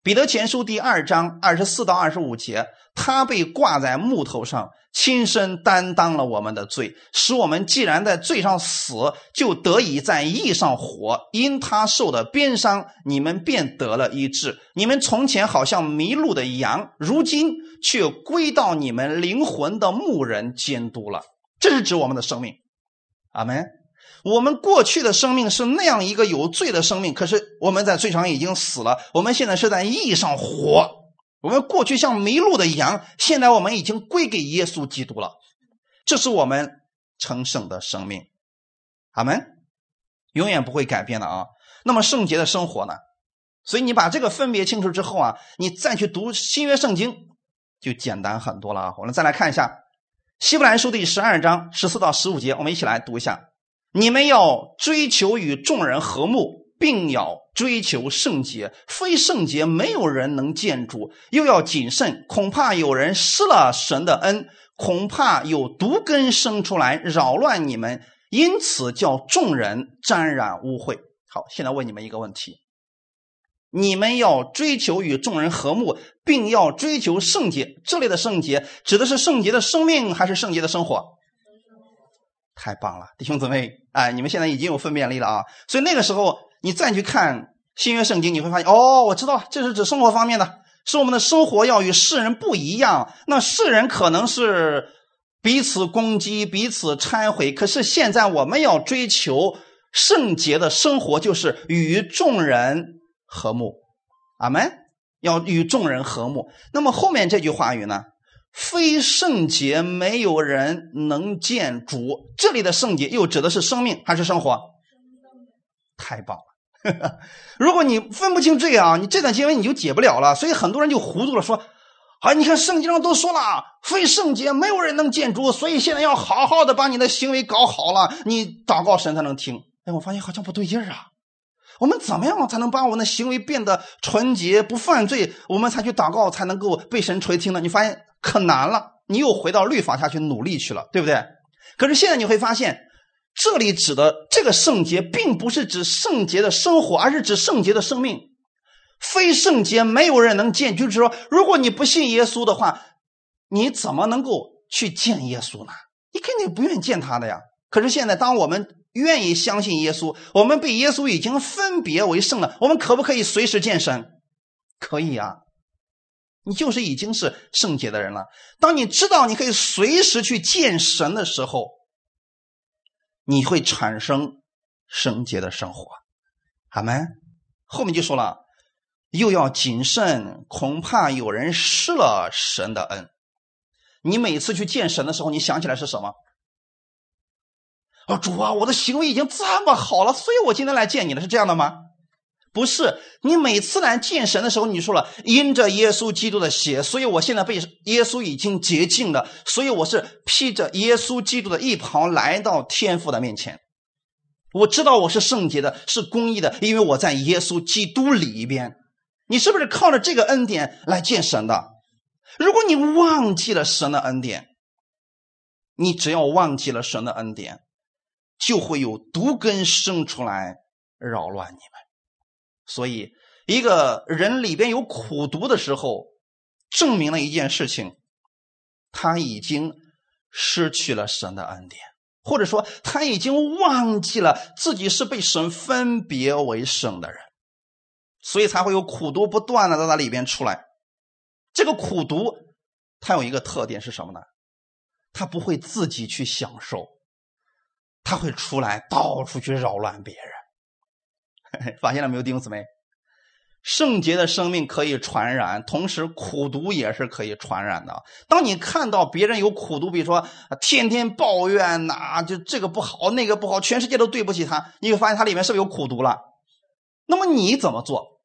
彼得前书第二章二十四到二十五节，他被挂在木头上，亲身担当了我们的罪，使我们既然在罪上死，就得以在义上活。因他受的鞭伤，你们便得了医治。你们从前好像迷路的羊，如今却归到你们灵魂的牧人监督了。这是指我们的生命。阿们。我们过去的生命是那样一个有罪的生命，可是我们在罪上已经死了，我们现在是在义上活。我们过去像迷路的羊，现在我们已经归给耶稣基督了，这是我们成圣的生命。阿们，永远不会改变的啊。那么圣洁的生活呢？所以你把这个分别清楚之后啊，你再去读新约圣经就简单很多了啊。我们再来看一下希伯来书第十二章十四到十五节，我们一起来读一下。你们要追求与众人和睦，并要追求圣洁，非圣洁没有人能见主。又要谨慎，恐怕有人失了神的恩，恐怕有毒根生出来扰乱你们，因此叫众人沾染污秽。好，现在问你们一个问题，你们要追求与众人和睦，并要追求圣洁，这里的圣洁指的是圣洁的生命还是圣洁的生活？太棒了，弟兄姊妹，哎，你们现在已经有分辨力了啊！所以那个时候你再去看新约圣经，你会发现，哦，我知道这是指生活方面的，是我们的生活要与世人不一样。那世人可能是彼此攻击，彼此拆毁，可是现在我们要追求圣洁的生活，就是与众人和睦。阿们，要与众人和睦。那么后面这句话语呢？非圣洁没有人能见主，这里的圣洁又指的是生命还是生活？太棒了如果你分不清这个啊，你这段经文你就解不了了。所以很多人就糊涂了，说啊，你看圣经上都说了，非圣洁没有人能见主，所以现在要好好的把你的行为搞好了，你祷告神才能听。哎，我发现好像不对劲儿啊。我们怎么样才能把我们的行为变得纯洁不犯罪，我们才去祷告才能够被神垂听呢？你发现可难了，你又回到律法下去努力去了，对不对？可是现在你会发现，这里指的这个圣洁并不是指圣洁的生活，而是指圣洁的生命。非圣洁没有人能见，就是说如果你不信耶稣的话，你怎么能够去见耶稣呢？你肯定不愿意见他的呀。可是现在当我们愿意相信耶稣，我们被耶稣已经分别为圣了，我们可不可以随时见神？可以啊，你就是已经是圣洁的人了。当你知道你可以随时去见神的时候，你会产生圣洁的生活。阿们。后面就说了，又要谨慎，恐怕有人失了神的恩。你每次去见神的时候，你想起来是什么？啊，主啊，我的行为已经这么好了，所以我今天来见你了，是这样的吗？不是，你每次来见神的时候，你说了，因着耶稣基督的血，所以我现在被耶稣已经洁净了，所以我是披着耶稣基督的衣袍来到天父的面前。我知道我是圣洁的，是公义的，因为我在耶稣基督里边。你是不是靠着这个恩典来见神的？如果你忘记了神的恩典，你只要忘记了神的恩典，就会有毒根生出来扰乱你们。所以一个人里边有苦毒的时候，证明了一件事情，他已经失去了神的恩典，或者说他已经忘记了自己是被神分别为圣的人，所以才会有苦毒不断的在他里边出来。这个苦毒它有一个特点是什么呢？他不会自己去享受，他会出来到处去扰乱别人。发现了没有，弟兄姊妹？圣洁的生命可以传染，同时苦毒也是可以传染的。当你看到别人有苦毒，比如说天天抱怨呐、啊，就这个不好那个不好，全世界都对不起他，你会发现他里面是不是有苦毒了？那么你怎么做？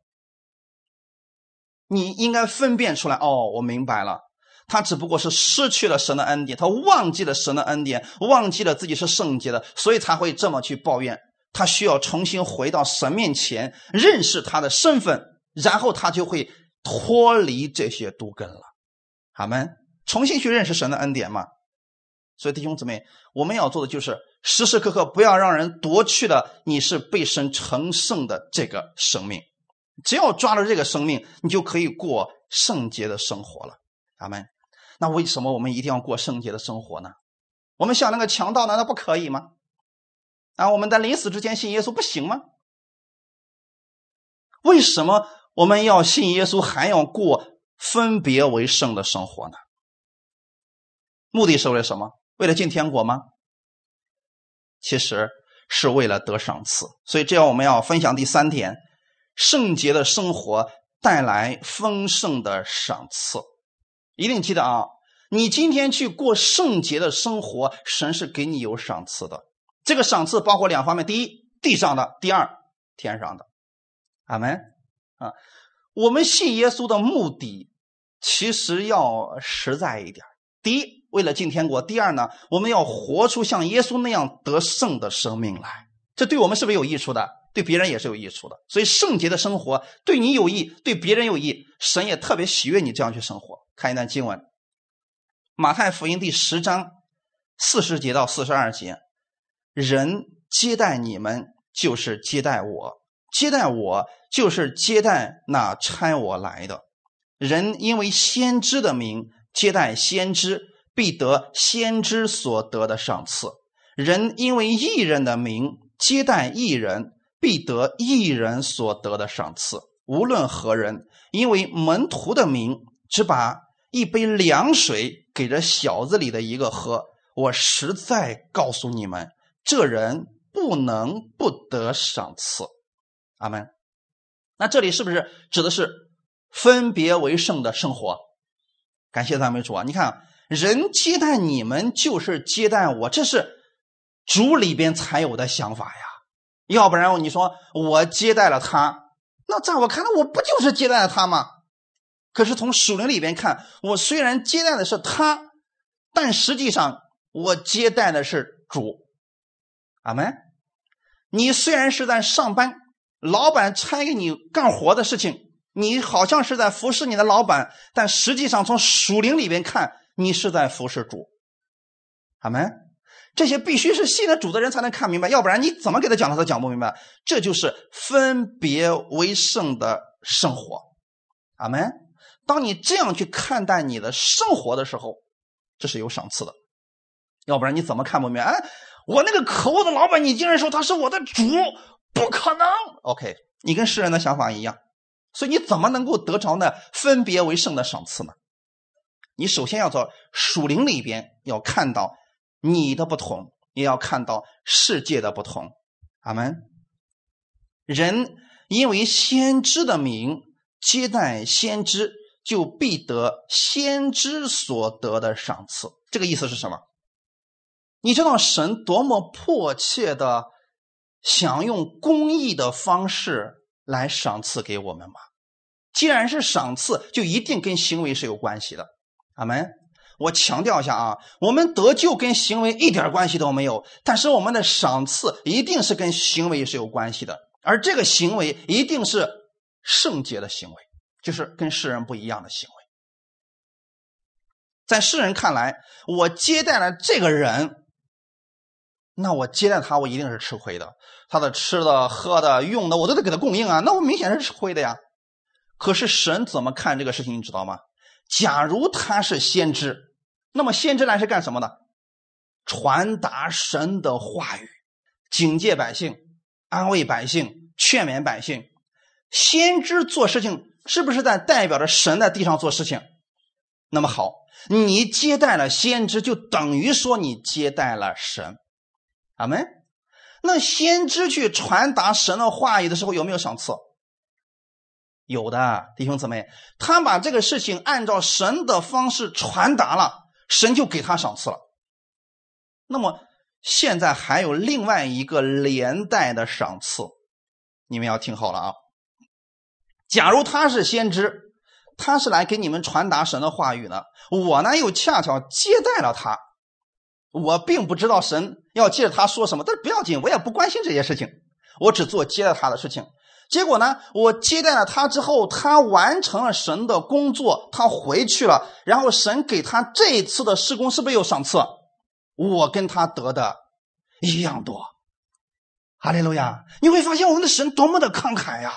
你应该分辨出来，哦，我明白了，他只不过是失去了神的恩典，他忘记了神的恩典，忘记了自己是圣洁的，所以才会这么去抱怨。他需要重新回到神面前，认识他的身份，然后他就会脱离这些毒根了。阿们，重新去认识神的恩典嘛。所以弟兄姊妹，我们要做的就是时时刻刻不要让人夺去了你是被神成圣的这个生命。 只要抓住这个生命，你就可以过圣洁的生活了。阿们。那为什么我们一定要过圣洁的生活呢？我们像那个强盗难道不可以吗？啊，我们在临死之前信耶稣不行吗？为什么我们要信耶稣还要过分别为圣的生活呢？目的是为了什么？为了进天国吗？其实是为了得赏赐。所以这样我们要分享第三点，圣洁的生活带来丰盛的赏赐。一定记得啊，你今天去过圣洁的生活，神是给你有赏赐的。这个赏赐包括两方面，第一，地上的；第二，天上的。阿们啊！我们信耶稣的目的其实要实在一点。第一，为了进天国；第二呢，我们要活出像耶稣那样得胜的生命来。这对我们是不是有益处的？对别人也是有益处的。所以圣洁的生活对你有益，对别人有益，神也特别喜悦你这样去生活。看一段经文，马太福音第十章四十节到四十二节，人接待你们就是接待我，接待我就是接待那差我来的。人因为先知的名接待先知，必得先知所得的赏赐；人因为义人的名接待义人，必得义人所得的赏赐。无论何人因为门徒的名只把一杯凉水给这小子里的一个喝，我实在告诉你们，这人不能不得赏赐。阿们。那这里是不是指的是分别为圣的生活？感谢赞美主啊！你看，人接待你们就是接待我，这是主里边才有的想法呀。要不然你说我接待了他，那在我看来我不就是接待了他吗？可是从属灵里边看，我虽然接待的是他，但实际上我接待的是主。阿们。你虽然是在上班，老板差给你干活的事情，你好像是在服侍你的老板，但实际上从属灵里边看，你是在服侍主。阿们。这些必须是信了主的人才能看明白，要不然你怎么给他讲他都讲不明白。这就是分别为圣的生活。阿们。当你这样去看待你的生活的时候，这是有赏赐的，要不然你怎么看不明白？哎，我那个可恶的老板，你竟然说他是我的主，不可能。 OK， 你跟世人的想法一样，所以你怎么能够得着那分别为圣的赏赐呢？你首先要在属灵里边要看到你的不同，也要看到世界的不同。阿们。人因为先知的名接待先知，就必得先知所得的赏赐。这个意思是什么？你知道神多么迫切的想用公义的方式来赏赐给我们吗？既然是赏赐，就一定跟行为是有关系的。阿们。我强调一下啊，我们得救跟行为一点关系都没有，但是我们的赏赐一定是跟行为是有关系的，而这个行为一定是圣洁的行为，就是跟世人不一样的行为。在世人看来，我接待了这个人，那我接待他我一定是吃亏的，他的吃的喝的用的我都得给他供应啊，那我明显是吃亏的呀。可是神怎么看这个事情你知道吗？假如他是先知，那么先知来是干什么的？传达神的话语，警戒百姓，安慰百姓，劝勉百姓。先知做事情是不是在代表着神在地上做事情？那么好，你接待了先知，就等于说你接待了神。阿们。那先知去传达神的话语的时候有没有赏赐？有的，弟兄姊妹，他把这个事情按照神的方式传达了，神就给他赏赐了。那么现在还有另外一个连带的赏赐，你们要听好了啊。假如他是先知，他是来给你们传达神的话语的，我呢又恰巧接待了他，我并不知道神要借着他说什么，但是不要紧，我也不关心这些事情，我只做接待他的事情。结果呢，我接待了他之后，他完成了神的工作，他回去了，然后神给他这一次的事工是不是有赏赐？我跟他得的一样多。哈利路亚！你会发现我们的神多么的慷慨呀！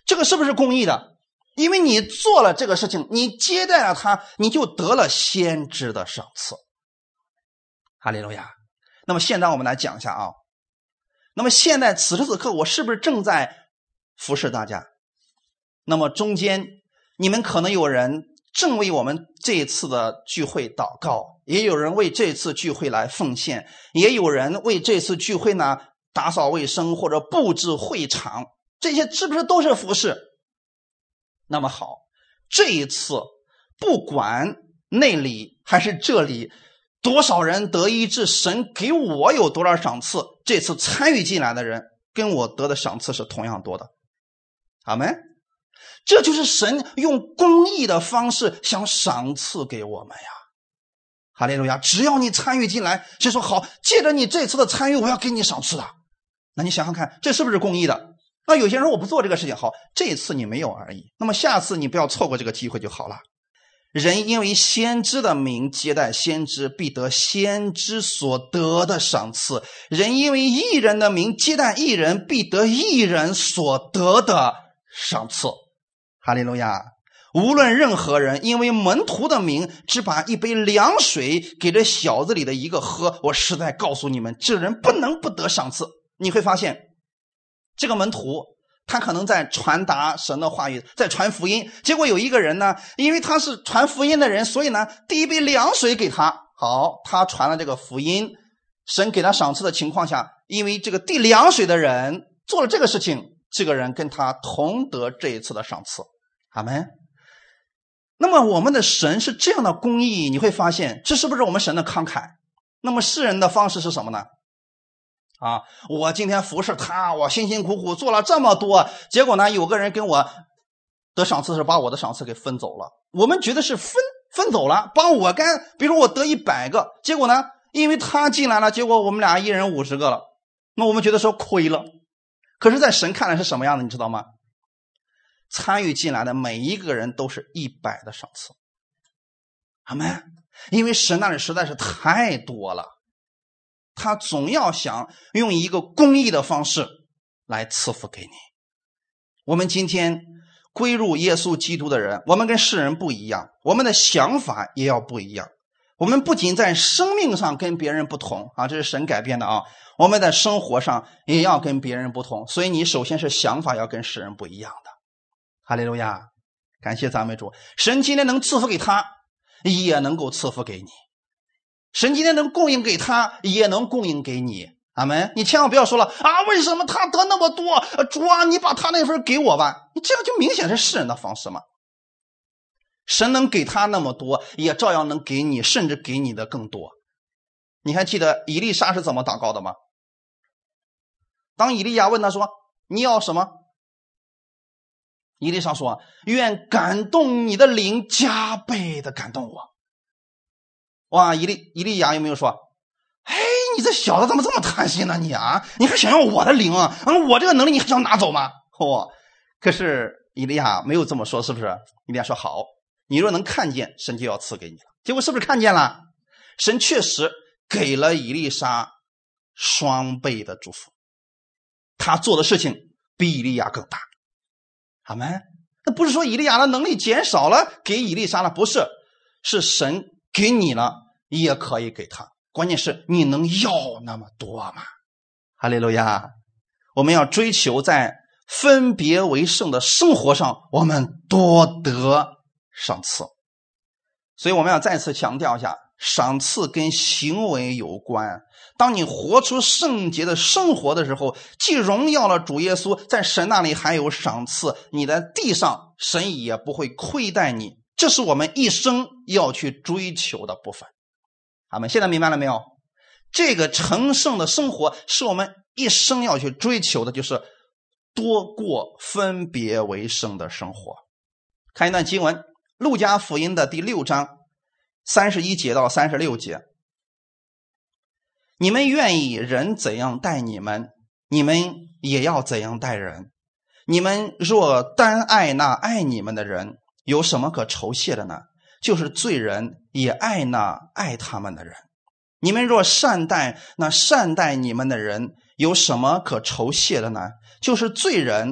这个是不是公义的？因为你做了这个事情，你接待了他，你就得了先知的赏赐。哈利路亚。那么现在我们来讲一下啊，那么现在此时此刻我是不是正在服侍大家？那么中间你们可能有人正为我们这一次的聚会祷告，也有人为这次聚会来奉献，也有人为这次聚会呢打扫卫生或者布置会场，这些是不是都是服侍？那么好，这一次不管那里还是这里，多少人得医治，神给我有多少赏赐，这次参与进来的人跟我得的赏赐是同样多的。阿们。这就是神用公义的方式想赏赐给我们呀。哈利路亚。只要你参与进来，谁说好，借着你这次的参与我要给你赏赐的，那你想想看，这是不是公义的？那有些人说我不做这个事情，好，这一次你没有而已，那么下次你不要错过这个机会就好了。人因为先知的名接待先知，必得先知所得的赏赐；人因为义人的名接待义人，必得义人所得的赏赐。哈利路亚。无论任何人因为门徒的名只把一杯凉水给这小子里的一个喝，我实在告诉你们，这人不能不得赏赐。你会发现这个门徒他可能在传达神的话语，在传福音，结果有一个人呢，因为他是传福音的人，所以呢第一杯凉水给他，好，他传了这个福音，神给他赏赐的情况下，因为这个递凉水的人做了这个事情，这个人跟他同得这一次的赏赐。阿们。那么我们的神是这样的公义，你会发现这是不是我们神的慷慨？那么世人的方式是什么呢？啊，我今天服侍他，我辛辛苦苦做了这么多，结果呢有个人跟我得赏赐的时候把我的赏赐给分走了。我们觉得是分分走了，帮我干，比如说我得一百个，结果呢因为他进来了，结果我们俩一人五十个了，那我们觉得说亏了。可是在神看来是什么样的你知道吗？参与进来的每一个人都是一百的赏赐。阿们。因为神那里实在是太多了，他总要想用一个公义的方式来赐福给你。我们今天归入耶稣基督的人，我们跟世人不一样，我们的想法也要不一样。我们不仅在生命上跟别人不同啊，这是神改变的啊，我们在生活上也要跟别人不同。所以你首先是想法要跟世人不一样的。哈利路亚。感谢赞美主。神今天能赐福给他，也能够赐福给你。神今天能供应给他，也能供应给你。阿们。你千万不要说了啊，为什么他得那么多，主啊你把他那份给我吧，你这样就明显是世人的方式嘛。神能给他那么多，也照样能给你，甚至给你的更多。你还记得以利沙是怎么祷告的吗？当以利亚问他说你要什么，以利沙说愿感动你的灵加倍的感动我。哇，以利以利亚有没有说哎，你这小子怎么这么贪心呢你啊，你还想要我的灵啊，我这个能力你还想拿走吗？哦，可是以利亚没有这么说，是不是？以利亚说好，你若能看见，神就要赐给你了。结果是不是看见了？神确实给了以利沙双倍的祝福，他做的事情比以利亚更大。阿们。那不是说以利亚的能力减少了给以利沙了，不是，是神给你了也可以给他，关键是你能要那么多吗？哈利路亚。我们要追求在分别为圣的生活上我们多得赏赐。所以我们要再次强调一下，赏赐跟行为有关。当你活出圣洁的生活的时候，既荣耀了主耶稣，在神那里还有赏赐，你在地上神也不会亏待你，这是我们一生要去追求的部分。阿们。现在明白了没有？这个成圣的生活是我们一生要去追求的，就是多过分别为圣的生活。看一段经文，路加福音的第六章三十一节到三十六节。你们愿意人怎样待你们，你们也要怎样待人。你们若单爱那爱你们的人，有什么可酬谢的呢？就是罪人也爱那爱他们的人。你们若善待那善待你们的人，有什么可酬谢的呢？就是罪人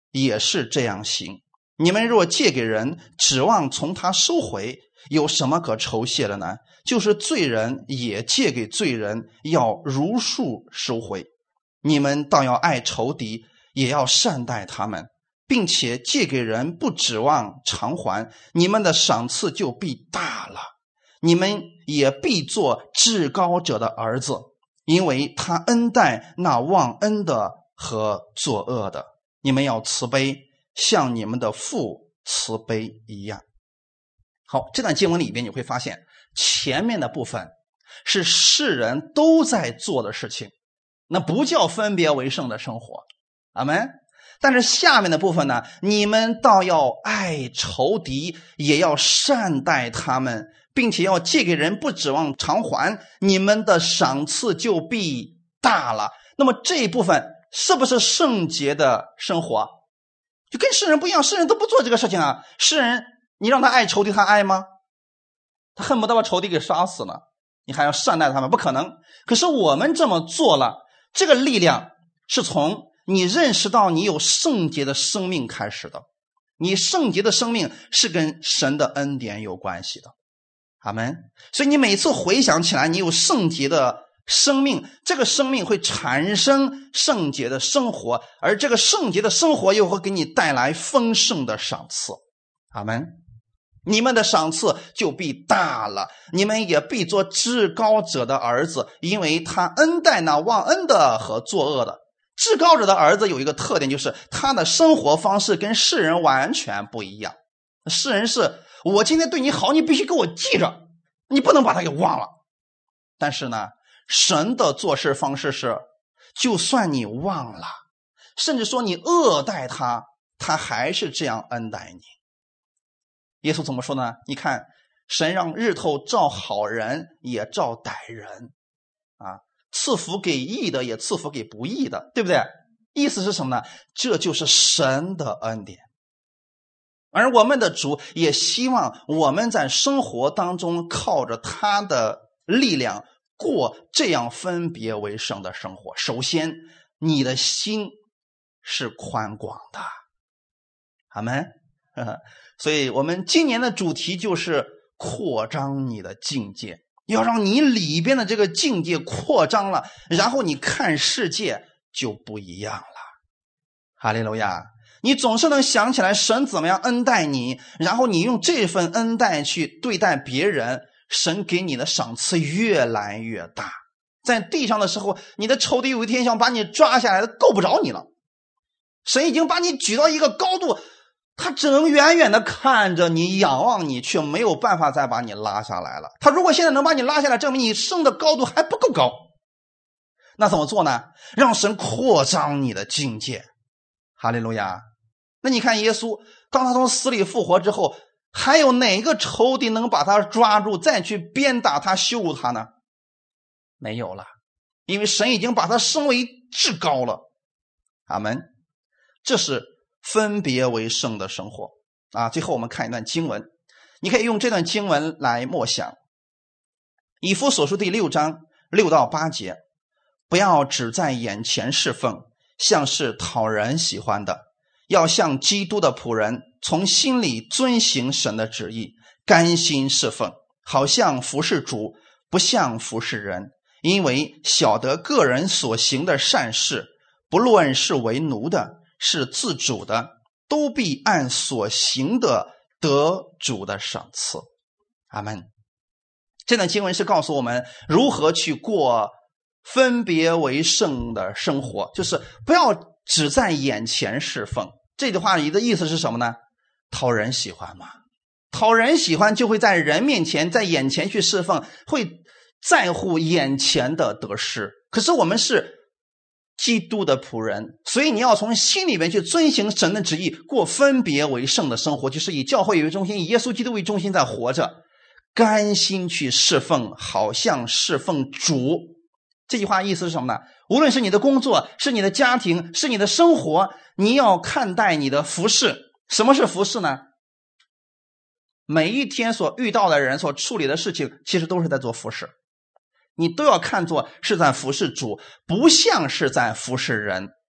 也是这样行。你们若借给人，指望从他收回，有什么可酬谢的呢？就是罪人也借给罪人，要如数收回。你们倒要爱仇敌，也要善待他们，并且借给人不指望偿还，你们的赏赐就必大了。你们也必做至高者的儿子，因为他恩待那忘恩的和作恶的。你们要慈悲，像你们的父慈悲一样。好，这段经文里边你会发现，前面的部分是世人都在做的事情，那不叫分别为圣的生活，阿们。但是下面的部分呢，你们倒要爱仇敌，也要善待他们，并且要借给人不指望偿还，你们的赏赐就必大了。那么这一部分是不是圣洁的生活？就跟世人不一样，世人都不做这个事情啊。世人你让他爱仇敌，他爱吗？他恨不得把仇敌给杀死呢，你还要善待他们？不可能。可是我们这么做了，这个力量是从你认识到你有圣洁的生命开始的。你圣洁的生命是跟神的恩典有关系的，阿们。所以你每次回想起来你有圣洁的生命，这个生命会产生圣洁的生活，而这个圣洁的生活又会给你带来丰盛的赏赐，阿们。你们的赏赐就必大了，你们也必做至高者的儿子，因为他恩待那忘恩的和作恶的。至高者的儿子有一个特点，就是他的生活方式跟世人完全不一样。世人是我今天对你好，你必须给我记着，你不能把它给忘了。但是呢，神的做事方式是，就算你忘了，甚至说你恶待他，他还是这样恩待你。耶稣怎么说呢？你看，神让日头照好人也照歹人啊，赐福给义的也赐福给不义的，对不对？意思是什么呢？这就是神的恩典。而我们的主也希望我们在生活当中靠着他的力量过这样分别为圣的生活。首先，你的心是宽广的，阿们。所以我们今年的主题就是扩张你的境界，要让你里边的这个境界扩张了，然后你看世界就不一样了。哈利路亚！你总是能想起来神怎么样恩待你，然后你用这份恩待去对待别人，神给你的赏赐越来越大。在地上的时候，你的仇敌有一天想把你抓下来，够不着你了。神已经把你举到一个高度，他只能远远的看着你，仰望你，却没有办法再把你拉下来了。他如果现在能把你拉下来，证明你升的高度还不够高。那怎么做呢？让神扩张你的境界。哈利路亚！那你看耶稣，当他从死里复活之后，还有哪个仇敌能把他抓住，再去鞭打他、羞辱他呢？没有了，因为神已经把他升为至高了。阿们。这是分别为圣的生活啊！最后我们看一段经文，你可以用这段经文来默想。以弗所书第六章六到八节，不要只在眼前侍奉，像是讨人喜欢的，要像基督的仆人，从心里遵行神的旨意，甘心侍奉，好像服侍主，不像服侍人。因为晓得个人所行的善事，不论是为奴的，是自主的，都必按所行的得主的赏赐。阿们。这段经文是告诉我们如何去过分别为圣的生活，就是不要只在眼前侍奉。这句话里的意思是什么呢？讨人喜欢嘛，讨人喜欢就会在人面前，在眼前去侍奉，会在乎眼前的得失。可是我们是基督的仆人，所以你要从心里面去遵行神的旨意，过分别为圣的生活，就是以教会为中心，以耶稣基督为中心在活着，甘心去侍奉，好像侍奉主。这句话意思是什么呢？无论是你的工作，是你的家庭，是你的生活，你要看待你的服事。什么是服事呢？每一天所遇到的人，所处理的事情，其实都是在做服事，你都要看作是在服侍主，不像是在服侍人。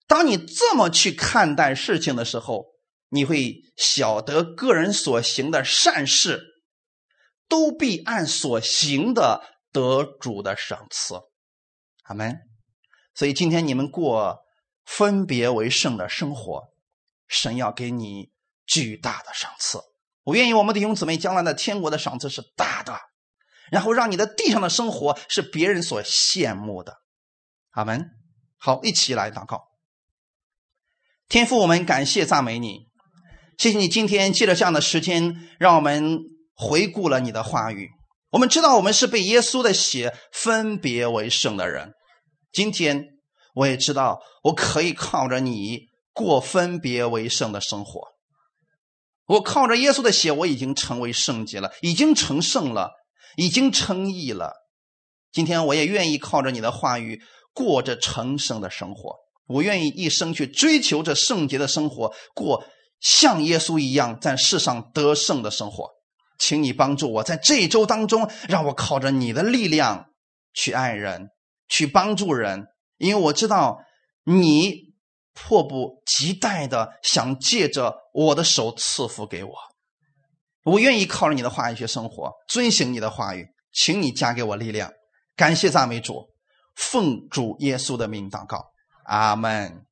当你这么去看待事情的时候，你会晓得个人所行的善事都必按所行的得主的赏赐。阿们。所以今天你们过分别为圣的生活，神要给你巨大的赏赐。我愿意我们弟兄姊妹将来的天国的赏赐是大的，然后让你的地上的生活是别人所羡慕的。阿们。好，一起来祷告。天父，我们感谢赞美你，谢谢你今天借着这样的时间让我们回顾了你的话语。我们知道我们是被耶稣的血分别为圣的人，今天我也知道我可以靠着你过分别为圣的生活。我靠着耶稣的血，我已经成为圣洁了，已经成圣了，已经称义了。今天我也愿意靠着你的话语过着成圣的生活，我愿意一生去追求着圣洁的生活，过像耶稣一样在世上得胜的生活。请你帮助我在这一周当中，让我靠着你的力量去爱人，去帮助人，因为我知道你迫不及待的想借着我的手赐福给我。我愿意靠着你的话语去生活，遵行你的话语，请你加给我力量。感谢赞美主，奉主耶稣的名祷告，阿们。